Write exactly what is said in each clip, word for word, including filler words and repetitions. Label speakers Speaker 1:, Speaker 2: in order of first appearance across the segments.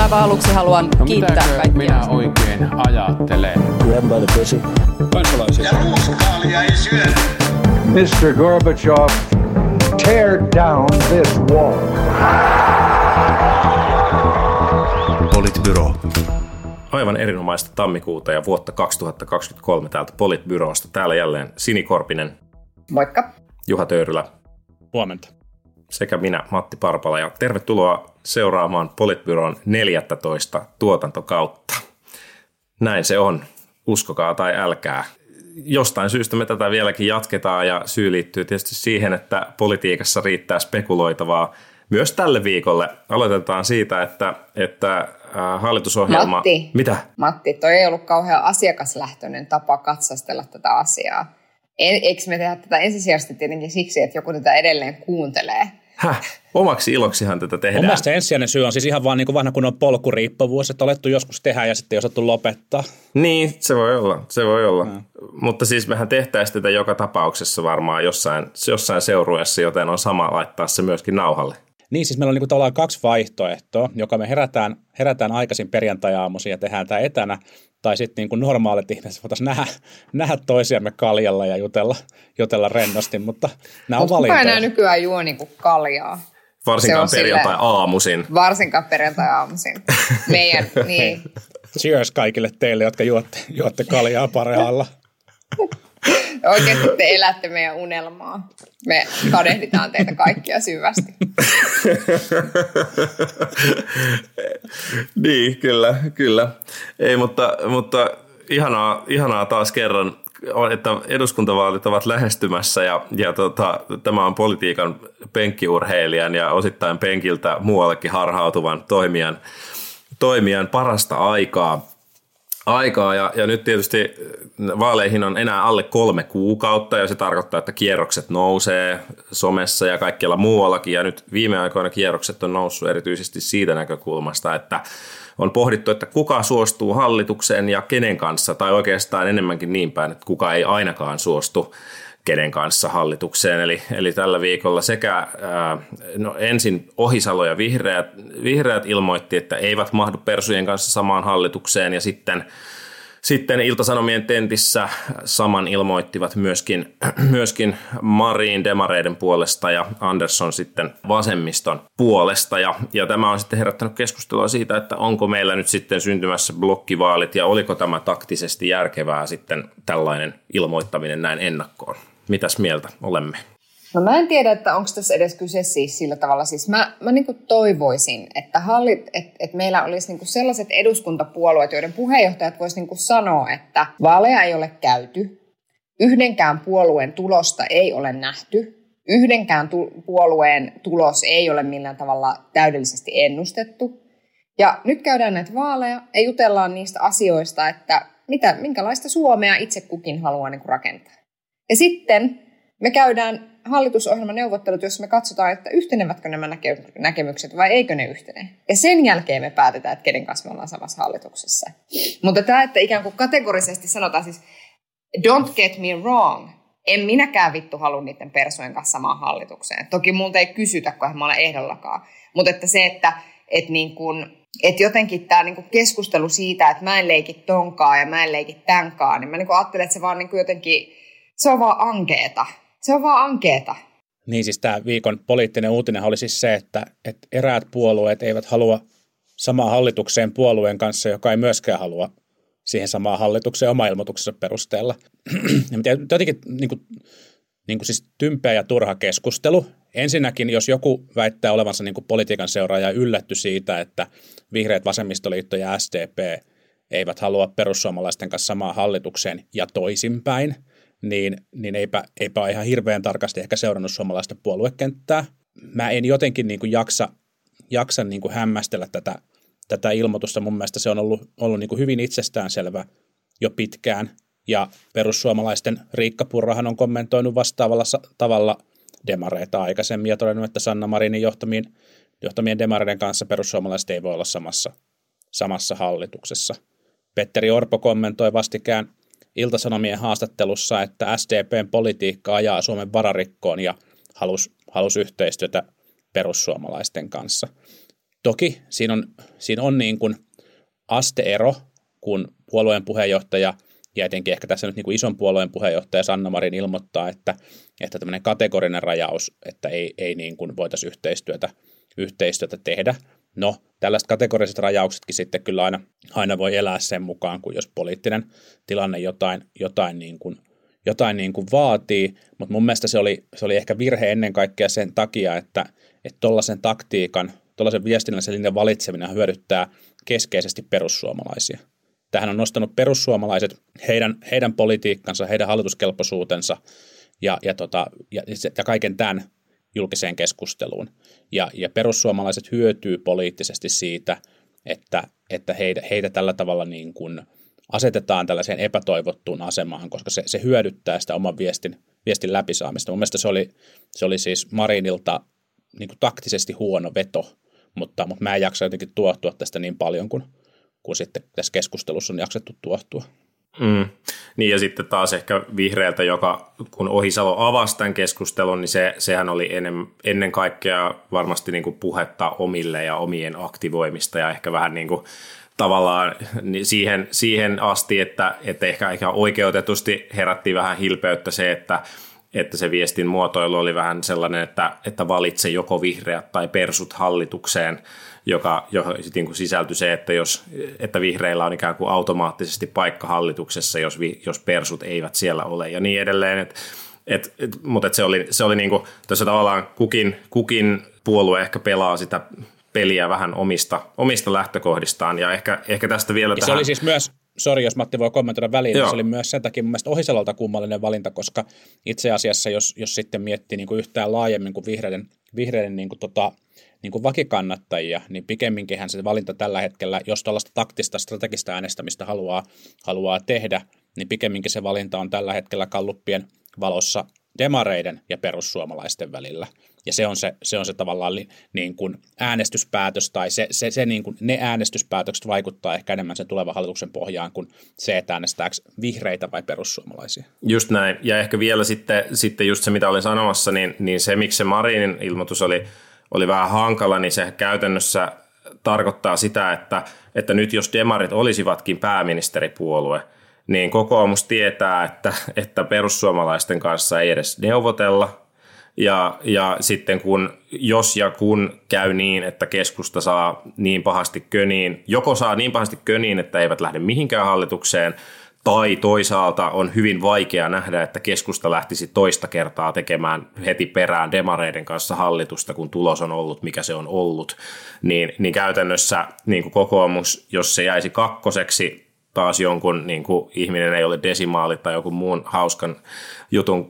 Speaker 1: aivan aluksi haluan
Speaker 2: no,
Speaker 1: kiittää kaikkia.
Speaker 2: minä oikein ajattelen?
Speaker 3: Grab by the pussy.
Speaker 4: Kansalaisia. Ja ruuskaalia ei syödä.
Speaker 5: mister Gorbachev, tear down this wall.
Speaker 6: Politbyro. Aivan erinomaista tammikuuta ja vuotta kaksituhattakaksikymmentäkolme täältä Politbyrosta. Täällä jälleen Sini Korpinen.
Speaker 7: Moikka.
Speaker 6: Juha Töyrylä.
Speaker 8: Huomenta.
Speaker 6: Sekä minä, Matti Parpala. Ja tervetuloa seuraamaan Politbyron neljätoista tuotantokautta. Näin se on. Uskokaa tai älkää. Jostain syystä me tätä vieläkin jatketaan ja syy liittyy tietysti siihen, että politiikassa riittää spekuloitavaa myös tälle viikolle. Aloitetaan siitä, että, että hallitusohjelma...
Speaker 7: Matti,
Speaker 6: Mitä?
Speaker 7: Matti, toi ei ollut kauhean asiakaslähtöinen tapa katsastella tätä asiaa. Eikö me tehdä tätä ensisijaisesti tietenkin siksi, että joku tätä edelleen kuuntelee?
Speaker 6: Häh? Omaksi iloksihan tätä tehdään.
Speaker 8: Mun mielestä ensisijainen syy on siis ihan vaan niin kuin vanha kunnon polkuriippuvuus, että olettu joskus tehdä ja sitten ei osattu lopettaa.
Speaker 6: Niin, se voi olla, se voi olla. Hmm. Mutta siis mehän tehtäisiin tätä joka tapauksessa varmaan jossain, jossain seurueessa, joten on sama laittaa se myöskin nauhalle.
Speaker 8: Niin, siis meillä on niin kuin tavallaan kaksi vaihtoehtoa, joka me herätään, herätään aikaisin perjantai-aamuisin ja tehdään tämä etänä, tai sitten niin kuin normaalit ihmiset voitaisiin nähdä, nähdä toisiamme kaljalla ja jutella, jutella rennosti, mutta nämä on valintoja.
Speaker 7: Kuka enää nykyään juo niin kuin kaljaa?
Speaker 6: Varsinkaan perjantai-aamuisin.
Speaker 7: Varsinkaan perjantai-aamuisin. Meidän, niin.
Speaker 8: Cheers kaikille teille, jotka juotte, juotte kaljaa parhaalla.
Speaker 7: Oikeasti te elätte meidän unelmaa. Me kadehditaan teitä kaikkia syvästi.
Speaker 6: Niin, kyllä, kyllä. Ei, mutta, mutta ihanaa, ihanaa taas kerran, että eduskuntavaalit ovat lähestymässä ja, ja tota, tämä on politiikan penkkiurheilijan ja osittain penkiltä muuallekin harhautuvan toimijan, toimijan parasta aikaa. aikaa ja, ja nyt tietysti vaaleihin on enää alle kolme kuukautta ja se tarkoittaa, että kierrokset nousee somessa ja kaikkialla muuallakin ja nyt viime aikoina kierrokset on noussut erityisesti siitä näkökulmasta, että on pohdittu, että kuka suostuu hallitukseen ja kenen kanssa, tai oikeastaan enemmänkin niin päin, että kuka ei ainakaan suostu kenen kanssa hallitukseen. Eli, eli tällä viikolla sekä ää, no ensin Ohisalo ja Vihreät, Vihreät ilmoitti, että eivät mahdu persujen kanssa samaan hallitukseen, ja sitten, sitten Ilta-Sanomien tentissä saman ilmoittivat myöskin, myöskin Marin demareiden puolesta ja Andersson sitten vasemmiston puolesta. Ja, ja tämä on sitten herättänyt keskustelua siitä, että onko meillä nyt sitten syntymässä blokkivaalit ja oliko tämä taktisesti järkevää sitten tällainen ilmoittaminen näin ennakkoon. Mitäs mieltä olemme?
Speaker 7: No mä en tiedä, että onko tässä edes kyse siis sillä tavalla. Siis mä, mä niin kuin toivoisin, että, hallit, että, että meillä olisi niin kuin sellaiset eduskuntapuolueet, joiden puheenjohtajat voisivat niin kuin sanoa, että vaaleja ei ole käyty, yhdenkään puolueen tulosta ei ole nähty, yhdenkään tu- puolueen tulos ei ole millään tavalla täydellisesti ennustettu. Ja nyt käydään näitä vaaleja ja jutellaan niistä asioista, että mitä, minkälaista Suomea itse kukin haluaa niin kuin rakentaa. Ja sitten me käydään hallitusohjelmaneuvottelut, jossa me katsotaan, että yhtenevätkö nämä näke- näkemykset vai eikö ne yhtene. Ja sen jälkeen me päätetään, että kenen kanssa me ollaan samassa hallituksessa. Mutta tämä, että ikään kuin kategorisesti sanotaan siis, don't get me wrong, en minäkään vittu halua niiden persojen kanssa samaan hallitukseen. Toki multa ei kysytä, kun mä olen ehdollakaan. Mutta että se, että et niin kun, et jotenkin tämä niin kun keskustelu siitä, että mä en leiki tonkaan ja mä en leiki tämänkaan, niin mä niin kun ajattelen, että se vaan niin kun jotenkin, se on vaan ankeeta. Se on vaan ankeeta.
Speaker 8: Niin siis tämä viikon poliittinen uutinen oli siis se, että, että eräät puolueet eivät halua samaan hallitukseen puolueen kanssa, joka ei myöskään halua siihen samaan hallitukseen oma ilmoituksensa perusteella. Ja jotenkin niin kuin, niin kuin siis tympeä ja turha keskustelu. Ensinnäkin, jos joku väittää olevansa niin kuin politiikan seuraaja yllätty siitä, että Vihreät, Vasemmistoliitto ja S D P eivät halua perussuomalaisten kanssa samaan hallitukseen ja toisinpäin, niin, niin eipä, eipä ole ihan hirveän tarkasti ehkä seurannut suomalaista puoluekenttää. Mä en jotenkin niin kuin jaksa, jaksa niin kuin hämmästellä tätä, tätä ilmoitusta. Mun mielestä se on ollut, ollut niin kuin hyvin itsestäänselvä jo pitkään. Ja perussuomalaisten Riikka Purrahan on kommentoinut vastaavalla tavalla demareita aikaisemmin ja todennut, että Sanna Marinin johtamien, johtamien demareiden kanssa perussuomalaiset ei voi olla samassa, samassa hallituksessa. Petteri Orpo kommentoi vastikään Ilta-Sanomien haastattelussa, että S D P:n politiikka ajaa Suomen vararikkoon ja halusi, halusi yhteistyötä perussuomalaisten kanssa. Toki siinä on, siinä on niin kuin asteero, kun puolueen puheenjohtaja ja etenkin ehkä tässä nyt niin kuin ison puolueen puheenjohtaja Sanna Marin ilmoittaa, että, että tämmöinen kategorinen rajaus, että ei, ei niin kuin voitaisiin yhteistyötä, yhteistyötä tehdä. No, tällaiset kategoriset rajauksetkin sitten kyllä aina, aina voi elää sen mukaan, kun jos poliittinen tilanne jotain, jotain, niin kuin, jotain niin kuin vaatii, mutta mun mielestä se oli, se oli ehkä virhe ennen kaikkea sen takia, että tuollaisen taktiikan, tuollaisen viestinnällisen linjan valitseminen hyödyttää keskeisesti perussuomalaisia. Tähän on nostanut perussuomalaiset, heidän, heidän politiikkansa, heidän hallituskelpoisuutensa ja, ja, tota, ja, ja kaiken tämän julkiseen keskusteluun. Ja, ja perussuomalaiset hyötyy poliittisesti siitä, että, että heitä, heitä tällä tavalla niin kuin asetetaan tällaiseen epätoivottuun asemaan, koska se, se hyödyttää sitä oman viestin, viestin läpisaamista. Mun mielestä se oli, se oli siis Marinilta niin kuin taktisesti huono veto, mutta, mutta mä en jaksa jotenkin tuottua tästä niin paljon kuin kun sitten tässä keskustelussa on jaksettu tuohtua.
Speaker 6: Mm. Niin ja sitten taas ehkä vihreältä, joka kun Ohisalo avasi tämän keskustelun, niin se, sehän oli ennen, ennen kaikkea varmasti niin kuin puhetta omille ja omien aktivoimista ja ehkä vähän niin kuin tavallaan siihen, siihen asti, että, että ehkä, ehkä oikeutetusti herätti vähän hilpeyttä se, että että se viestin muotoilu oli vähän sellainen, että, että valitse joko vihreät tai persut hallitukseen, joka, johon niin kuin sisältyi se, että, jos, että vihreillä on ikään kuin automaattisesti paikka hallituksessa, jos, vi, jos persut eivät siellä ole ja niin edelleen. Et, et, et, mutta et se oli, se oli niin kuin, tässä tavallaan kukin, kukin puolue ehkä pelaa sitä peliä vähän omista, omista lähtökohdistaan ja ehkä, ehkä tästä vielä
Speaker 8: ja
Speaker 6: tähän.
Speaker 8: Se oli siis myös, sori jos Matti voi kommentoida väliin, se oli myös sen takia mun mielestä Ohisalolta kummallinen valinta, koska itse asiassa jos, jos sitten miettii niin kuin yhtään laajemmin kuin vihreiden, vihreiden niin kuin tota, niin kuin vakikannattajia, niin pikemminkinhän se valinta tällä hetkellä, jos tällaista taktista, strategista äänestämistä haluaa, haluaa tehdä, niin pikemminkin se valinta on tällä hetkellä galluppien valossa demareiden ja perussuomalaisten välillä. Ja se on se, se, on se tavallaan niin kuin äänestyspäätös, tai se, se, se niin kuin ne äänestyspäätökset vaikuttaa ehkä enemmän sen tulevan hallituksen pohjaan kuin se, että äänestääkö vihreitä vai perussuomalaisia.
Speaker 6: Just näin. Ja ehkä vielä sitten, sitten just se, mitä olin sanomassa, niin, niin se, miksi se Marinin ilmoitus oli, oli vähän hankala, niin se käytännössä tarkoittaa sitä, että, että nyt jos demarit olisivatkin pääministeripuolue, niin kokoomus tietää, että, että perussuomalaisten kanssa ei edes neuvotella. Ja, ja sitten kun, jos ja kun käy niin, että keskusta saa niin pahasti köniin, joko saa niin pahasti köniin, että eivät lähde mihinkään hallitukseen, tai toisaalta on hyvin vaikea nähdä, että keskusta lähtisi toista kertaa tekemään heti perään demareiden kanssa hallitusta, kun tulos on ollut, mikä se on ollut, niin, niin käytännössä niin kuin kokoomus, jos se jäisi kakkoseksi, taas jonkun niin kuin ihminen ei ole desimaali tai jonkun muun hauskan jutun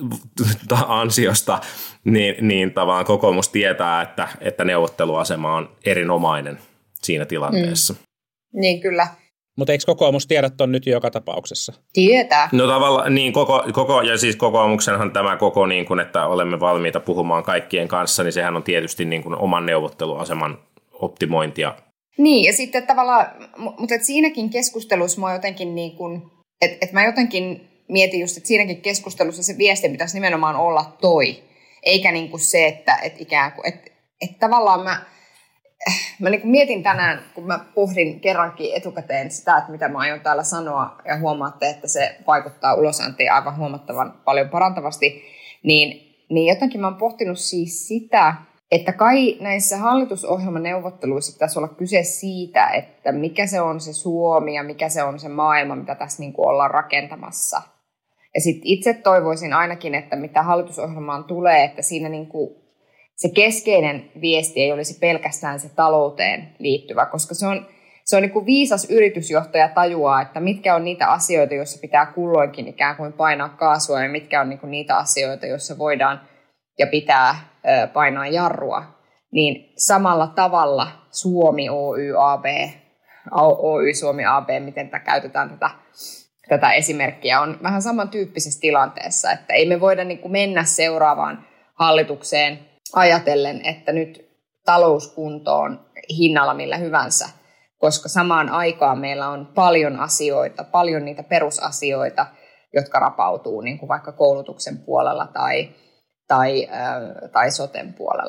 Speaker 6: ansiosta, niin, niin tavallaan kokoomus tietää, että, että neuvotteluasema on erinomainen siinä tilanteessa.
Speaker 7: Mm. Niin kyllä.
Speaker 8: Mutta eikö kokoomus tiedä tuon nyt joka tapauksessa?
Speaker 7: Tietää.
Speaker 6: No tavallaan, niin koko, koko, ja siis kokoomuksenhan tämä koko, niin kuin, että olemme valmiita puhumaan kaikkien kanssa, niin sehän on tietysti niin kuin oman neuvotteluaseman optimointia.
Speaker 7: Niin, ja sitten tavallaan, mutta et siinäkin keskustelussa mä jotenkin niin kuin, että et mä jotenkin mietin just, että siinäkin keskustelussa se viesti pitäisi nimenomaan olla toi, eikä niin kuin se, että et ikään kuin, että et tavallaan mä, mä niin kuin mietin tänään, kun mä pohdin kerrankin etukäteen sitä, että mitä mä aion täällä sanoa, ja huomaatte, että se vaikuttaa ulosantiin aivan huomattavan paljon parantavasti, niin, niin jotenkin mä oon pohtinut siis sitä, että kai näissä hallitusohjelmaneuvotteluissa pitäisi olla kyse siitä, että mikä se on se Suomi ja mikä se on se maailma, mitä tässä niin kuin ollaan rakentamassa. Ja sitten itse toivoisin ainakin, että mitä hallitusohjelmaan tulee, että siinä niin kuin se keskeinen viesti ei olisi pelkästään se talouteen liittyvä, koska se on, se on niin kuin viisas yritysjohtaja tajuaa, että mitkä on niitä asioita, joissa pitää kulloinkin ikään kuin painaa kaasua ja mitkä on niin kuin niitä asioita, joissa voidaan ja pitää painaa jarrua, niin samalla tavalla Suomi Oy A B, Oy Suomi A B, miten tätä käytetään tätä, tätä esimerkkiä, on vähän samantyyppisessä tilanteessa, että ei me voida niin kuin mennä seuraavaan hallitukseen ajatellen, että nyt talouskuntoon hinnalla millä hyvänsä, koska samaan aikaan meillä on paljon asioita, paljon niitä perusasioita, jotka rapautuu niin kuin vaikka koulutuksen puolella tai tai, äh, tai soten puolella.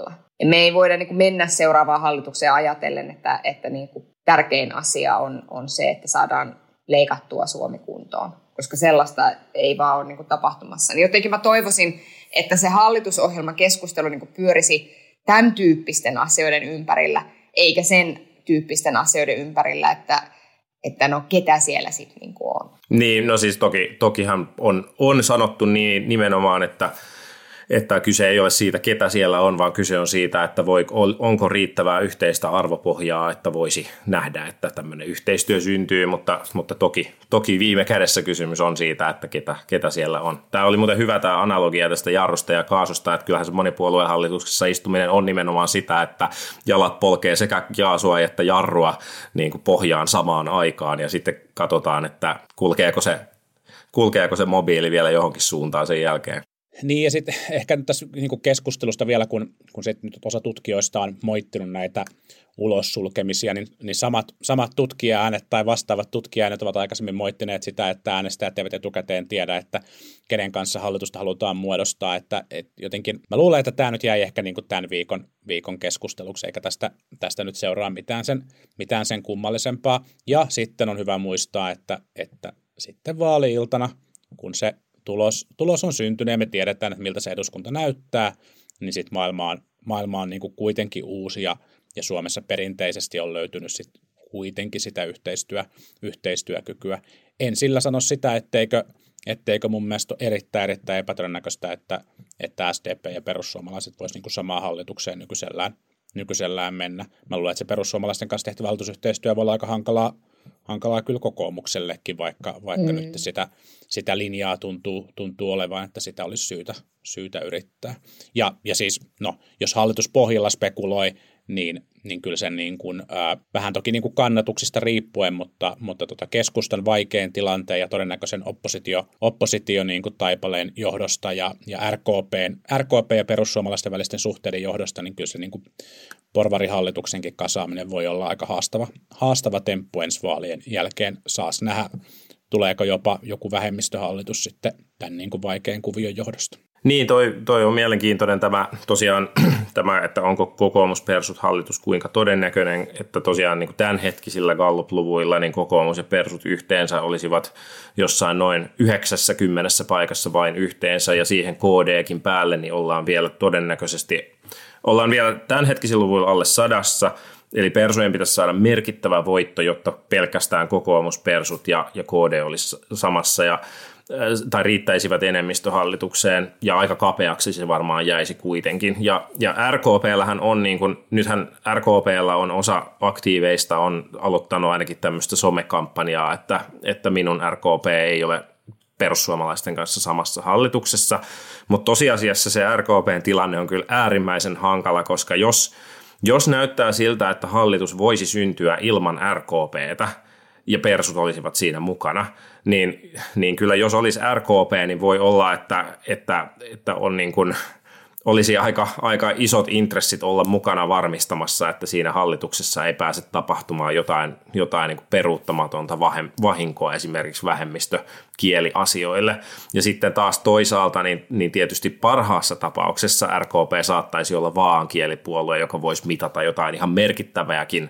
Speaker 7: me ei voida niin kuin mennä seuraavaan hallitukseen ajatellen, että, että niin kuin tärkein asia on, on se, että saadaan leikattua Suomi kuntoon, koska sellaista ei vaan ole niin kuin tapahtumassa. Niin jotenkin mä toivoisin, että se hallitusohjelmakeskustelu niin kuin pyörisi tämän tyyppisten asioiden ympärillä, eikä sen tyyppisten asioiden ympärillä, että, että no ketä siellä sitten niin kuin on.
Speaker 6: Niin, no siis toki, tokihan on, on sanottu niin nimenomaan, että että kyse ei ole siitä, ketä siellä on, vaan kyse on siitä, että voi, onko riittävää yhteistä arvopohjaa, että voisi nähdä, että tämmöinen yhteistyö syntyy, mutta, mutta toki, toki viime kädessä kysymys on siitä, että ketä, ketä siellä on. Tämä oli muuten hyvä tämä analogia tästä jarrusta ja kaasusta, että kyllähän se monipuolueen hallituksessa istuminen on nimenomaan sitä, että jalat polkee sekä kaasua että jarrua niin kuin pohjaan samaan aikaan ja sitten katsotaan, että kulkeeko se, kulkeeko se mobiili vielä johonkin suuntaan sen jälkeen.
Speaker 8: Niin ja sitten ehkä nyt tässä niin kuin keskustelusta vielä, kun, kun sit nyt osa tutkijoista on moittinut näitä ulossulkemisia, niin, niin samat, samat tutkijaäänet tai vastaavat tutkijaäänet ovat aikaisemmin moittineet sitä, että äänestäjät eivät etukäteen tiedä, että kenen kanssa hallitusta halutaan muodostaa. Että, että jotenkin, mä luulen, että tämä nyt jäi ehkä niin kuin tämän viikon, viikon keskusteluksi, eikä tästä, tästä nyt seuraa mitään sen, mitään sen kummallisempaa. Ja sitten on hyvä muistaa, että, että sitten vaali-iltana, kun se Tulos, tulos on syntynyt ja me tiedetään, että miltä se eduskunta näyttää, niin sitten maailma on, maailma on niin kuin kuitenkin uusi ja, ja Suomessa perinteisesti on löytynyt sit kuitenkin sitä yhteistyö, yhteistyökykyä. En sillä sano sitä, etteikö, etteikö mun mielestä ole erittäin, erittäin epätodennäköistä, että, että S D P ja perussuomalaiset voisivat niin kuin samaan hallitukseen nykyisellään, nykyisellään mennä. Mä luulen, että se perussuomalaisten kanssa tehtävä hallitusyhteistyö voi olla aika hankalaa, hankalaa kyllä kokoomuksellekin, vaikka, vaikka mm. nyt sitä, sitä linjaa tuntuu, tuntuu olevan, että sitä olisi syytä, syytä yrittää. Ja, ja siis, no, jos hallitus pohjalla spekuloi, niin, niin kyllä sen niin kuin, ää, vähän toki niin kuin kannatuksista riippuen, mutta, mutta tota keskustan vaikean tilanteen ja todennäköisen oppositio, oppositio niin kuin taipaleen johdosta ja, ja R K P:n, R K P ja perussuomalaisten välisten suhteiden johdosta, niin kyllä se niin kuin porvarihallituksenkin kasaaminen voi olla aika haastava, haastava temppu ensi vaalien jälkeen. Saas nähdä, tuleeko jopa joku vähemmistöhallitus sitten tämän niin kuin vaikean kuvion johdosta. Niin, toi, toi on mielenkiintoinen tämä tosiaan, tämä, että onko kokoomus persut hallitus kuinka todennäköinen, että tosiaan niin kuin tämänhetkisillä Gallup-luvuilla niin kokoomus ja persut yhteensä olisivat jossain noin yhdeksänkymmentä paikassa vain yhteensä ja siihen K D:kin päälle niin ollaan vielä todennäköisesti, ollaan vielä tämänhetkisillä luvuilla alle sadassa, eli persujen pitäisi saada merkittävä voitto, jotta pelkästään kokoomus, persut ja, ja K D olisi samassa ja tai riittäisivät enemmistöhallitukseen, ja aika kapeaksi se varmaan jäisi kuitenkin. Ja, ja R K P:llähän on, niin kuin, nythän R K P:llä on osa aktiiveista on aloittanut ainakin tämmöistä somekampanjaa, että, että minun R K P ei ole perussuomalaisten kanssa samassa hallituksessa, mutta tosiasiassa se R K P:n tilanne on kyllä äärimmäisen hankala, koska jos, jos näyttää siltä, että hallitus voisi syntyä ilman R K P:tä, ja persut olisivat siinä mukana, niin, niin kyllä jos olisi R K P, niin voi olla, että, että, että on niin kuin, olisi aika, aika isot intressit olla mukana varmistamassa, että siinä hallituksessa ei pääse tapahtumaan jotain, jotain niin kuin peruuttamatonta vahinkoa esimerkiksi vähemmistökieliasioille. Ja sitten taas toisaalta, niin, niin tietysti parhaassa tapauksessa R K P saattaisi olla vaan kielipuolue, joka voisi mitata jotain ihan merkittävääkin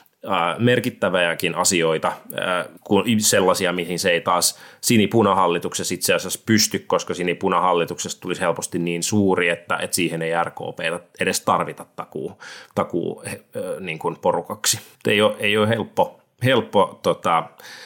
Speaker 8: merkittäviäkin asioita, sellaisia, mihin se ei taas sinipunahallituksessa itse asiassa pysty, koska sinipunahallituksessa tulisi helposti niin suuri, että, että siihen ei R K P edes tarvita takuu, takuu niin kuin porukaksi. Ei ole, ei ole helppo, helppo tota,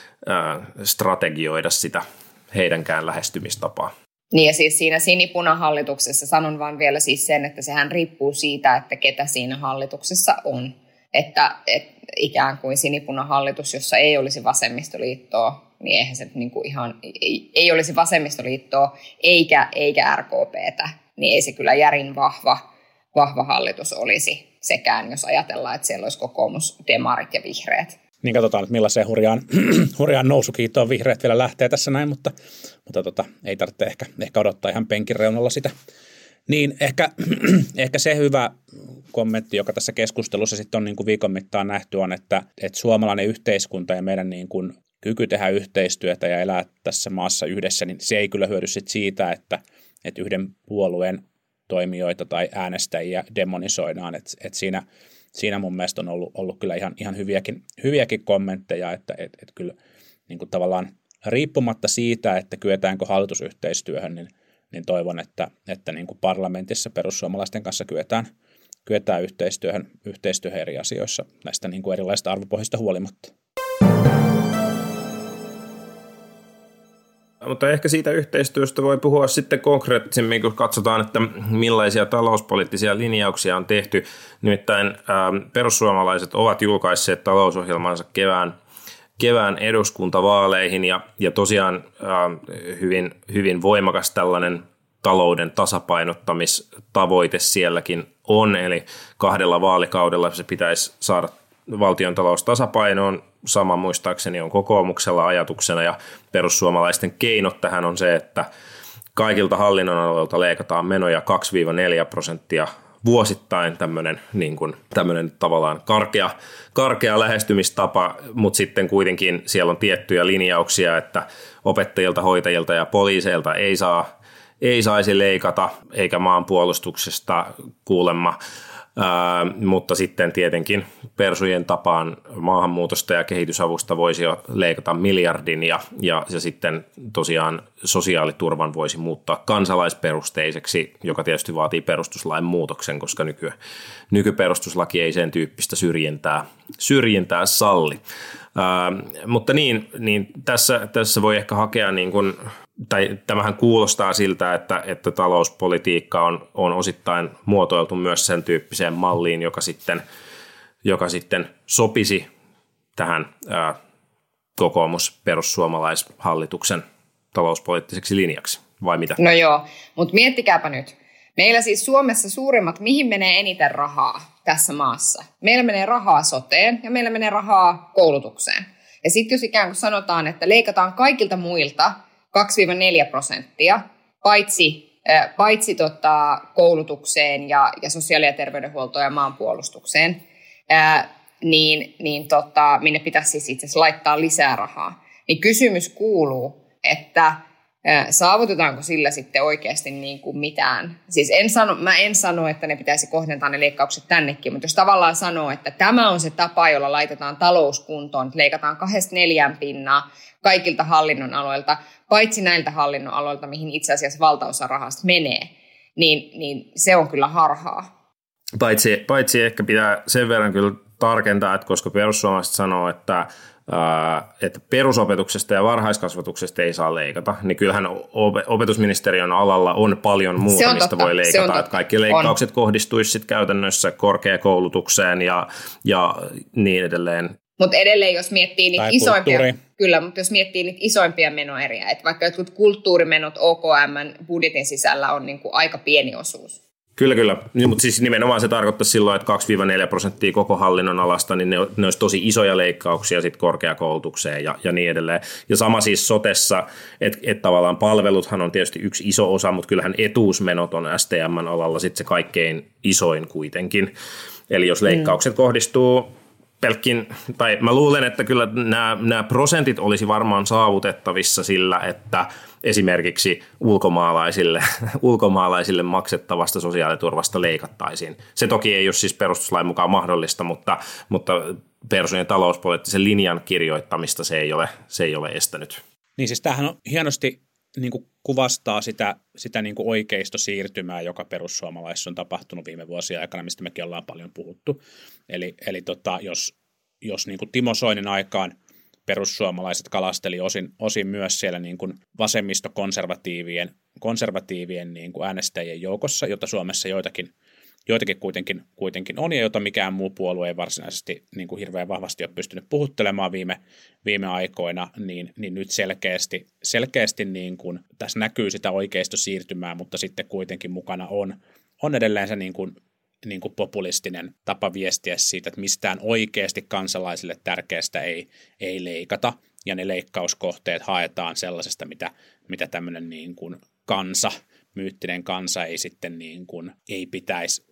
Speaker 8: strategioida sitä heidänkään lähestymistapaa.
Speaker 7: Niin ja siis siinä sinipunahallituksessa sanon vaan vielä siis sen, että sehän riippuu siitä, että ketä siinä hallituksessa on. Että et ikään kuin sinipunahallitus, jossa ei olisi vasemmistoliittoa, niin eihän se niin kuin ihan, ei, ei olisi vasemmistoliittoa eikä, eikä R K P:tä, niin ei se kyllä järin vahva, vahva hallitus olisi sekään, jos ajatellaan, että siellä olisi kokoomus, demarit ja vihreät. Niin katsotaan, että millaiseen hurjaan, hurjaan nousukiitoon vihreät vielä lähtee tässä näin, mutta, mutta tota, ei tarvitse ehkä, ehkä odottaa ihan penkin reunalla sitä. Niin ehkä, ehkä se hyvä kommentti, joka tässä keskustelussa sitten on niin kuin viikon mittaan nähty, on, että, että suomalainen yhteiskunta ja meidän niin kuin kyky tehdä yhteistyötä ja elää tässä maassa yhdessä, niin se ei kyllä hyödy sit siitä, että, että yhden puolueen
Speaker 8: toimijoita tai äänestäjiä demonisoidaan. Et, et siinä, siinä mun mielestä on ollut, ollut kyllä ihan, ihan hyviäkin, hyviäkin kommentteja, että et, et kyllä niin kuin tavallaan riippumatta siitä, että kyetäänkö hallitusyhteistyöhön, niin, niin toivon, että, että niin kuin parlamentissa perussuomalaisten kanssa kyetään, kyetään yhteistyöhön, yhteistyöhön eri asioissa näistä niin kuin erilaisista arvopohjista huolimatta.
Speaker 6: Mutta ehkä siitä yhteistyöstä voi puhua sitten konkreettisemmin, kun katsotaan, että millaisia talouspoliittisia linjauksia on tehty. Nimittäin ää, perussuomalaiset ovat julkaisseet talousohjelmansa kevään, kevään eduskuntavaaleihin ja, ja tosiaan ää, hyvin, hyvin voimakas tällainen talouden tasapainottamistavoite sielläkin on, eli kahdella vaalikaudella se pitäisi saada valtion talous tasapainoon. Sama muistaakseni on kokoomuksella ajatuksena ja perussuomalaisten keinot tähän on se, että kaikilta hallinnonaloilta leikataan menoja kaksi neljä prosenttia vuosittain, tämmöinen, niin kuin, tämmöinen tavallaan karkea, karkea lähestymistapa, mutta sitten kuitenkin siellä on tiettyjä linjauksia, että opettajilta, hoitajilta ja poliiseilta ei, saa, ei saisi leikata, eikä maanpuolustuksesta kuulemma. Ää, mutta sitten tietenkin persujen tapaan maahanmuutosta ja kehitysavusta voisi jo leikata miljardin ja, ja, ja sitten tosiaan sosiaaliturvan voisi muuttaa kansalaisperusteiseksi, joka tietysti vaatii perustuslain muutoksen, koska nyky, nykyperustuslaki ei sen tyyppistä syrjintää, syrjintää salli. Ää, mutta niin, niin tässä, tässä voi ehkä hakea niin kuin, tai tämähän kuulostaa siltä, että, että talouspolitiikka on, on osittain muotoiltu myös sen tyyppiseen malliin, joka sitten, joka sitten sopisi tähän ää, kokoomus-perussuomalaishallituksen talouspoliittiseksi linjaksi, vai mitä?
Speaker 7: No joo, mutta miettikääpä nyt. Meillä siis Suomessa suurimmat, mihin menee eniten rahaa tässä maassa? Meillä menee rahaa soteen ja meillä menee rahaa koulutukseen. Ja sitten jos ikään kuin sanotaan, että leikataan kaikilta muilta kaksi neljä prosenttia, paitsi, äh, paitsi tota, koulutukseen ja, ja sosiaali- ja terveydenhuoltoon ja maanpuolustukseen, äh, niin, niin tota, minne pitäisi siis itse asiassa laittaa lisää rahaa. Niin kysymys kuuluu, että äh, saavutetaanko sillä sitten oikeasti niin kuin mitään. Siis en sano, mä en sano, että ne pitäisi kohdentaa ne leikkaukset tännekin, mutta jos tavallaan sanoo, että tämä on se tapa, jolla laitetaan talous kuntoon, että leikataan kahdesta neljään pinnaa kaikilta hallinnonaloilta, paitsi näiltä hallinnonaloilta, mihin itse asiassa valtaosa rahasta menee, niin, niin se on kyllä harhaa.
Speaker 6: Paitsi, paitsi ehkä pitää sen verran kyllä tarkentaa, että koska perussuomalaiset sanoo, että, ää, että perusopetuksesta ja varhaiskasvatuksesta ei saa leikata, niin kyllähän opetusministeriön alalla on paljon muuta, mistä voi leikata. Että kaikki leikkaukset on. Kohdistuisi sitten käytännössä korkeakoulutukseen ja, ja niin edelleen.
Speaker 7: Mutta edelleen, jos miettii niitä isoimpia, kyllä, mutta jos miettii niitä isoimpia menoeriä, että vaikka jotkut kulttuurimenot O K M:n budjetin sisällä on niinku aika pieni osuus.
Speaker 6: Kyllä, kyllä. Mutta siis nimenomaan se tarkoittaa silloin, että kaksi neljä prosenttia koko hallinnon alasta, niin ne, ne olisi tosi isoja leikkauksia sitten korkeakoulutukseen ja, ja niin edelleen. Ja sama siis sotessa, että et tavallaan palveluthan on tietysti yksi iso osa, mutta kyllähän etuusmenot on S T M:n alalla sitten se kaikkein isoin kuitenkin. Eli jos leikkaukset mm. kohdistuu pelkkin, tai mä luulen, että kyllä nämä, nämä prosentit olisi varmaan saavutettavissa sillä, että esimerkiksi ulkomaalaisille, ulkomaalaisille maksettavasta sosiaaliturvasta leikattaisiin. Se toki ei ole siis perustuslain mukaan mahdollista, mutta, mutta persoonien talouspoliittisen linjan kirjoittamista se ei ole, se ei ole estänyt.
Speaker 8: Niin siis tämähän on hienosti niin kuin kuvastaa sitä, sitä niin kuin oikeistosiirtymää, joka perussuomalaisissa on tapahtunut viime vuosien aikana, mistä mekin ollaan paljon puhuttu. Eli, eli tota, jos, jos niin kuin Timo Soinin aikaan perussuomalaiset kalasteli osin, osin myös siellä niin kuin vasemmistokonservatiivien konservatiivien niin kuin äänestäjien joukossa, jota Suomessa joitakin, joitakin kuitenkin, kuitenkin on, ja jota mikään muu puolue ei varsinaisesti niin kuin hirveän vahvasti ole pystynyt puhuttelemaan viime, viime aikoina, niin, niin nyt selkeästi, selkeästi niin kuin, tässä näkyy sitä oikeistosiirtymää, mutta sitten kuitenkin mukana on, on edelleen se niin kuin, niin kuin populistinen tapa viestiä siitä, että mistään oikeasti kansalaisille tärkeästä ei, ei leikata, ja ne leikkauskohteet haetaan sellaisesta, mitä, mitä tämmöinen niin kuin kansa, myyttinen kansa ei sitten niin kuin, ei pitäisi